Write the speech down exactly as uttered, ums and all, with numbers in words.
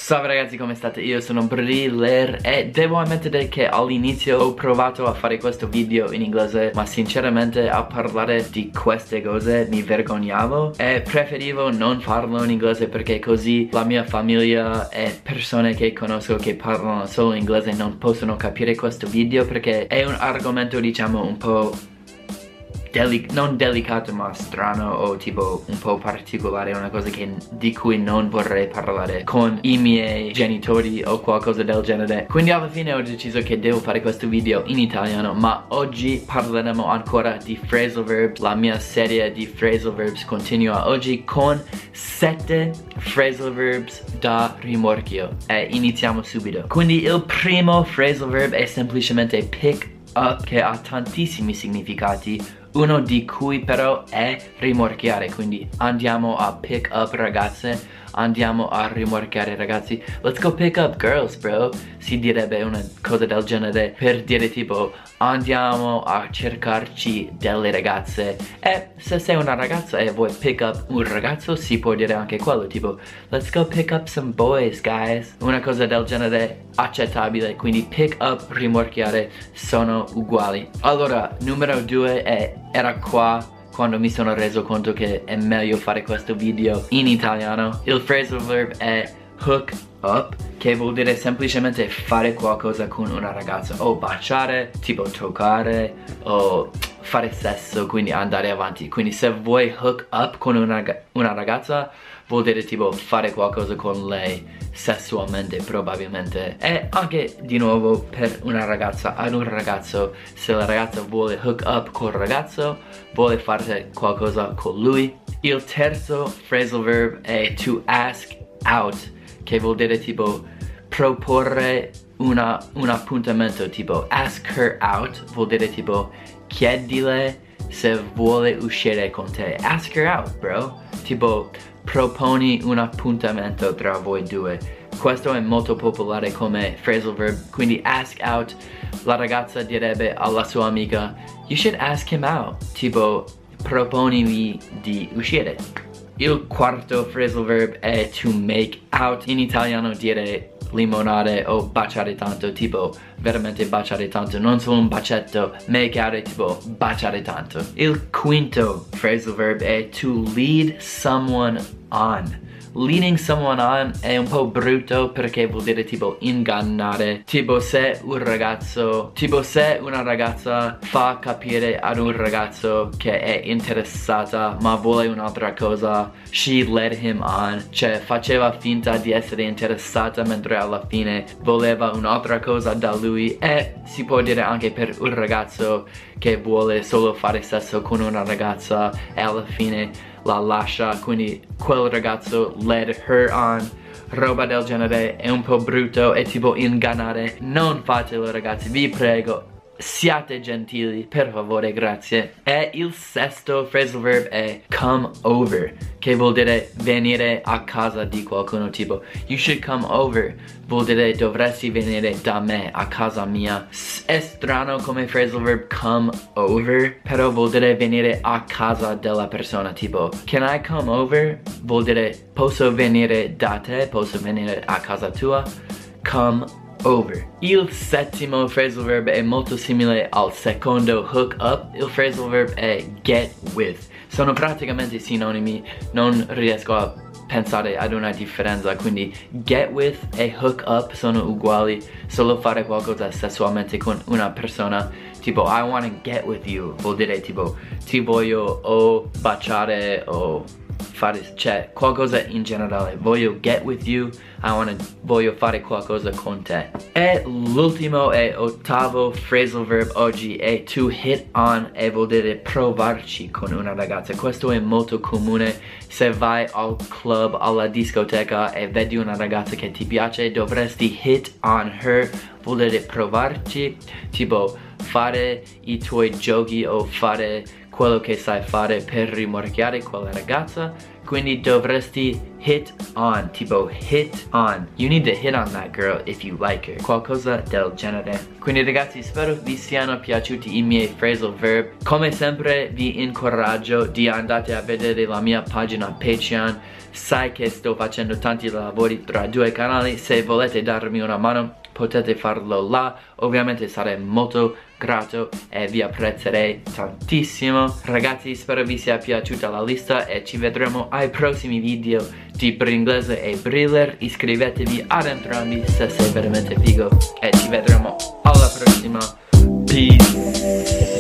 Salve ragazzi, come state? Io sono Briller e devo ammettere che all'inizio ho provato a fare questo video in inglese, ma sinceramente a parlare di queste cose mi vergognavo e preferivo non farlo in inglese perché così la mia famiglia e persone che conosco che parlano solo inglese non possono capire questo video, perché è un argomento diciamo un po' Deli non delicato ma strano, o tipo un po' particolare, una cosa che, di cui non vorrei parlare con i miei genitori o qualcosa del genere. Quindi alla fine ho deciso che devo fare questo video in italiano, ma oggi parleremo ancora di phrasal verbs. La mia serie di phrasal verbs continua oggi con sette phrasal verbs da rimorchio e iniziamo subito. Quindi il primo phrasal verb è semplicemente pick up, che ha tantissimi significati, uno di cui però è rimorchiare. Quindi andiamo a pick up ragazze, andiamo a rimorchiare ragazzi. Let's go pick up girls, bro. Si direbbe una cosa del genere per dire tipo andiamo a cercarci delle ragazze. E se sei una ragazza e vuoi pick up un ragazzo, si può dire anche quello, tipo let's go pick up some boys guys. Una cosa del genere accettabile. Quindi pick up, rimorchiare sono uguali. Allora, numero due è, era qua quando mi sono reso conto che è meglio fare questo video in italiano. Il phrasal verb è hook up, che vuol dire semplicemente fare qualcosa con una ragazza, o baciare, tipo toccare, o fare sesso, quindi andare avanti. Quindi se vuoi hook up con una, una ragazza, vuol dire tipo fare qualcosa con lei sessualmente probabilmente. E anche di nuovo per una ragazza ad un ragazzo, se la ragazza vuole hook up col ragazzo, vuole fare qualcosa con lui. Il terzo phrasal verb è to ask out, che vuol dire tipo proporre una, un appuntamento. Tipo ask her out vuol dire tipo chiedile se vuole uscire con te. Ask her out, bro. Tipo proponi un appuntamento tra voi due. Questo è molto popolare come phrasal verb. Quindi ask out, la ragazza direbbe alla sua amica you should ask him out, tipo proponigli di uscire. Il quarto phrasal verb è to make out, in italiano dire limonare o baciare tanto, tipo veramente baciare tanto, non solo un bacetto. Make out è tipo baciare tanto. Il quinto phrasal verb è to lead someone on. Leading someone on è un po' brutto perché vuol dire tipo ingannare. Tipo se un ragazzo, tipo se una ragazza fa capire ad un ragazzo che è interessata ma vuole un'altra cosa, she led him on, cioè faceva finta di essere interessata mentre alla fine voleva un'altra cosa da lui. E si può dire anche per un ragazzo che vuole solo fare sesso con una ragazza e alla fine la lascia, quindi quel ragazzo led her on, roba del genere. È un po' brutto, è tipo ingannare. Non fatelo ragazzi, vi prego, siate gentili, per favore, grazie. E il sesto phrasal verb è come over, che vuol dire venire a casa di qualcuno. Tipo you should come over vuol dire dovresti venire da me, a casa mia. È strano come phrasal verb come over, però vuol dire venire a casa della persona. Tipo can I come over vuol dire posso venire da te, posso venire a casa tua. Come over. Il settimo phrasal verb è molto simile al secondo hook up. Il phrasal verb è get with. Sono praticamente sinonimi, non riesco a pensare ad una differenza. Quindi get with e hook up sono uguali, solo fare qualcosa sessualmente con una persona. Tipo I wanna get with you vuol dire tipo ti voglio o baciare o fare, cioè qualcosa in generale. Voglio get with you, I wanna, voglio fare qualcosa con te. E l'ultimo e ottavo phrasal verb oggi è to hit on, e vuol dire provarci con una ragazza. Questo è molto comune. Se vai al club, alla discoteca e vedi una ragazza che ti piace, dovresti hit on her, vuol dire provarci, tipo fare i tuoi giochi o fare quello che sai fare per rimorchiare quella ragazza. quindi dovresti hit on, tipo hit on. You need to hit on that girl if you like her, qualcosa del genere. Quindi ragazzi, spero vi siano piaciuti i miei phrasal verb. Come sempre vi incoraggio di andare a vedere la mia pagina Patreon. Sai che sto facendo tanti lavori tra due canali. Se volete darmi una mano potete farlo là, ovviamente sarei molto grato e vi apprezzerei tantissimo. Ragazzi, spero vi sia piaciuta la lista e ci vedremo ai prossimi video di Bringlese e Briller. Iscrivetevi ad entrambi se sei veramente figo e ci vedremo alla prossima. Peace.